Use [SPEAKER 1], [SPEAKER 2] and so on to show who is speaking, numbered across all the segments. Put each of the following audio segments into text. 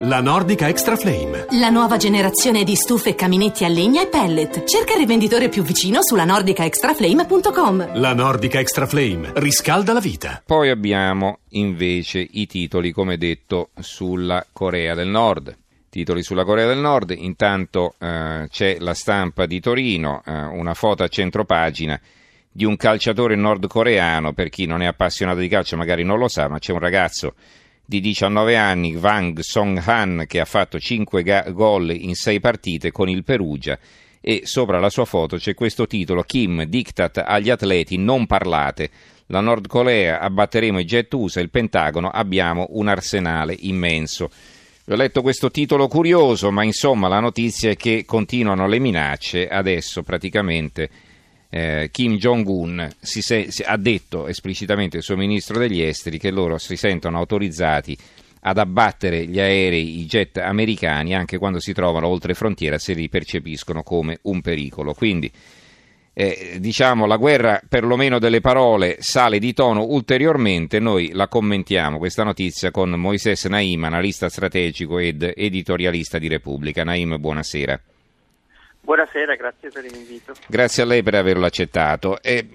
[SPEAKER 1] La Nordica Extra Flame.
[SPEAKER 2] La nuova generazione di stufe e caminetti a legna e pellet. Cerca il rivenditore più vicino sulla nordicaextraflame.com.
[SPEAKER 1] La Nordica Extra Flame riscalda la vita.
[SPEAKER 3] Poi abbiamo invece i titoli, come detto, sulla Corea del Nord. Titoli sulla Corea del Nord. Intanto c'è La Stampa di Torino, una foto a centropagina di un calciatore nordcoreano. Per chi non è appassionato di calcio magari non lo sa, ma c'è un ragazzo di 19 anni, Hwang Song-han, che ha fatto 5 gol in 6 partite con il Perugia, e sopra la sua foto c'è questo titolo: Kim, diktat agli atleti, non parlate. La Nord Corea, abbatteremo i jet USA, il Pentagono, abbiamo un arsenale immenso. Vi ho letto questo titolo curioso, ma insomma la notizia è che continuano le minacce. Adesso praticamente Kim Jong-un ha detto esplicitamente, il suo ministro degli esteri, che loro si sentono autorizzati ad abbattere gli aerei, i jet americani, anche quando si trovano oltre frontiera, se li percepiscono come un pericolo. Quindi diciamo la guerra, perlomeno delle parole, sale di tono ulteriormente. Noi la commentiamo questa notizia con Moises Naim, analista strategico ed editorialista di Repubblica. Naim, buonasera.
[SPEAKER 4] Buonasera, grazie per l'invito.
[SPEAKER 3] Grazie a lei per averlo accettato.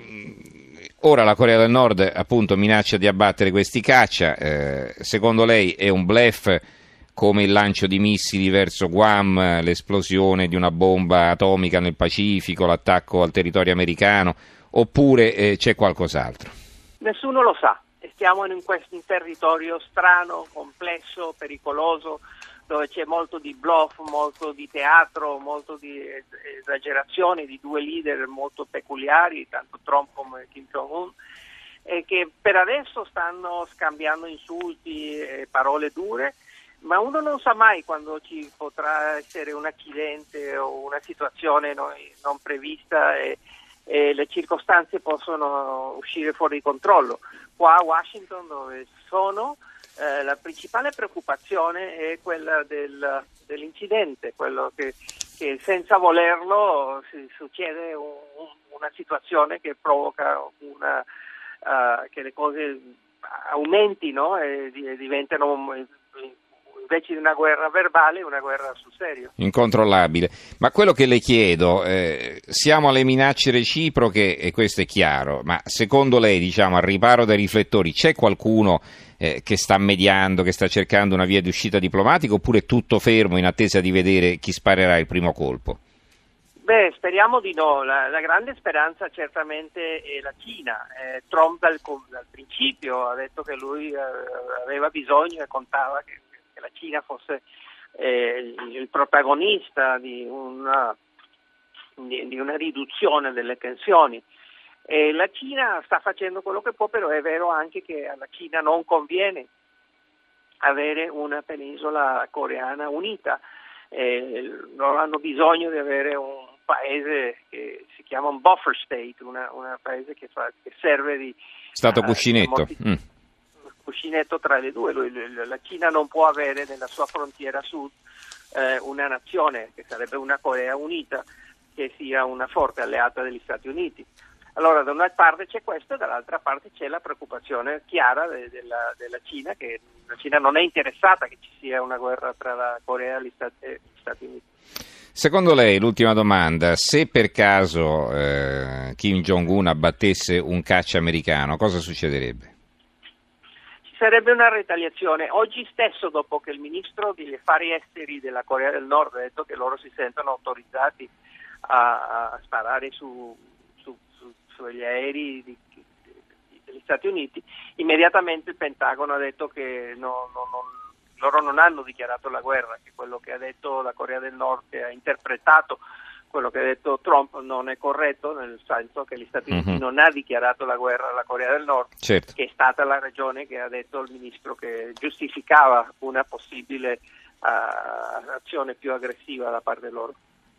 [SPEAKER 3] Ora la Corea del Nord appunto minaccia di abbattere questi caccia. Secondo lei è un bluff, come il lancio di missili verso Guam, l'esplosione di una bomba atomica nel Pacifico, l'attacco al territorio americano, oppure c'è qualcos'altro?
[SPEAKER 4] Nessuno lo sa, e stiamo in questo territorio strano, complesso, pericoloso, dove c'è molto di bluff, molto di teatro, molto di esagerazioni di due leader molto peculiari, tanto Trump come Kim Jong-un, e che per adesso stanno scambiando insulti e parole dure, ma uno non sa mai quando ci potrà essere un accidente o una situazione non prevista e le circostanze possono uscire fuori controllo. Qua a Washington, dove sono, la principale preoccupazione è quella dell'incidente, quello che senza volerlo succede una situazione che provoca che le cose aumentino e diventano, invece di una guerra verbale, una guerra sul serio.
[SPEAKER 3] Incontrollabile. Ma quello che le chiedo, siamo alle minacce reciproche e questo è chiaro, ma secondo lei, diciamo, al riparo dai riflettori, c'è qualcuno che sta mediando, che sta cercando una via di uscita diplomatica, oppure è tutto fermo in attesa di vedere chi sparerà il primo colpo?
[SPEAKER 4] Beh, speriamo di no. La grande speranza certamente è la Cina. Trump dal principio ha detto che lui aveva bisogno e contava che la Cina fosse il protagonista di una riduzione delle tensioni. La Cina sta facendo quello che può, però è vero anche che alla Cina non conviene avere una penisola coreana unita. Loro hanno bisogno di avere un paese che si chiama un buffer state, un paese che serve di
[SPEAKER 3] stato cuscinetto.
[SPEAKER 4] Cuscinetto tra le due. La Cina non può avere nella sua frontiera sud una nazione che sarebbe una Corea unita, che sia una forte alleata degli Stati Uniti. Allora, da una parte c'è questo e dall'altra parte c'è la preoccupazione chiara della Cina, che la Cina non è interessata che ci sia una guerra tra la Corea e gli Stati Uniti.
[SPEAKER 3] Secondo lei, l'ultima domanda, se per caso Kim Jong-un abbattesse un caccia americano, cosa succederebbe?
[SPEAKER 4] Sarebbe una retaliazione. Oggi stesso, dopo che il ministro degli affari esteri della Corea del Nord ha detto che loro si sentono autorizzati a sparare sugli aerei degli Stati Uniti, immediatamente il Pentagono ha detto che loro non hanno dichiarato la guerra, che quello che ha detto la Corea del Nord, che ha interpretato quello che ha detto Trump, non è corretto, nel senso che gli Stati Uniti non ha dichiarato la guerra alla Corea del Nord,
[SPEAKER 3] certo, che
[SPEAKER 4] è stata la ragione che ha detto il ministro, che giustificava una possibile azione più aggressiva da parte loro.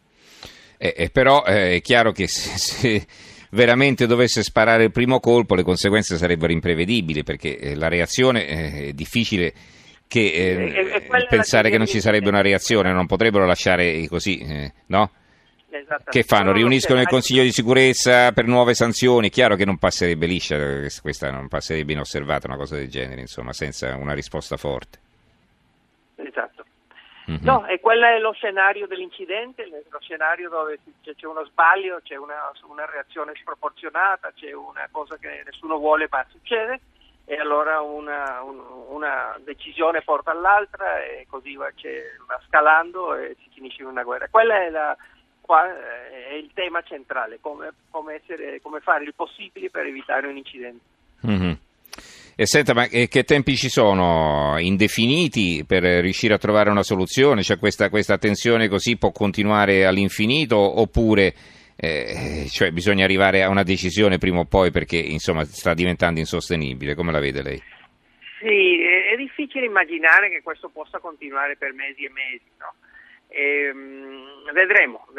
[SPEAKER 3] Però è chiaro che se veramente dovesse sparare il primo colpo, le conseguenze sarebbero imprevedibili, perché la reazione è difficile pensare che non ci sarebbe una reazione, non potrebbero lasciare così, no? Che fanno? Riuniscono il Consiglio di sicurezza per nuove sanzioni? È chiaro che non passerebbe liscia, questa non passerebbe inosservata una cosa del genere, insomma, senza una risposta forte.
[SPEAKER 4] Esatto. No, e quello è lo scenario dell'incidente, lo scenario dove c'è uno sbaglio, c'è una reazione sproporzionata, c'è una cosa che nessuno vuole ma succede, e allora una decisione porta all'altra e così va scalando e si finisce in una guerra. Quello è il tema centrale, come fare il possibile per evitare un incidente.
[SPEAKER 3] Mm-hmm. E senta, ma che tempi ci sono indefiniti per riuscire a trovare una soluzione? Cioè questa tensione così può continuare all'infinito oppure cioè bisogna arrivare a una decisione prima o poi perché insomma sta diventando insostenibile? Come la vede lei?
[SPEAKER 4] Sì, è difficile immaginare che questo possa continuare per mesi e mesi, no? Vedremo,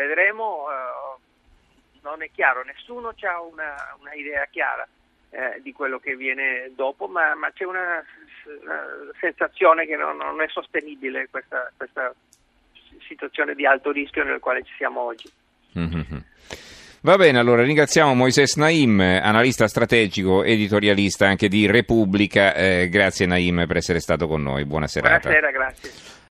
[SPEAKER 4] non è chiaro, nessuno ha una idea chiara di quello che viene dopo, ma c'è una sensazione che non è sostenibile questa situazione di alto rischio nel quale ci siamo oggi. Mm-hmm.
[SPEAKER 3] Va bene, allora ringraziamo Moisés Naim, analista strategico, editorialista anche di Repubblica. Grazie Naim per essere stato con noi, buona serata.
[SPEAKER 4] Buonasera, grazie.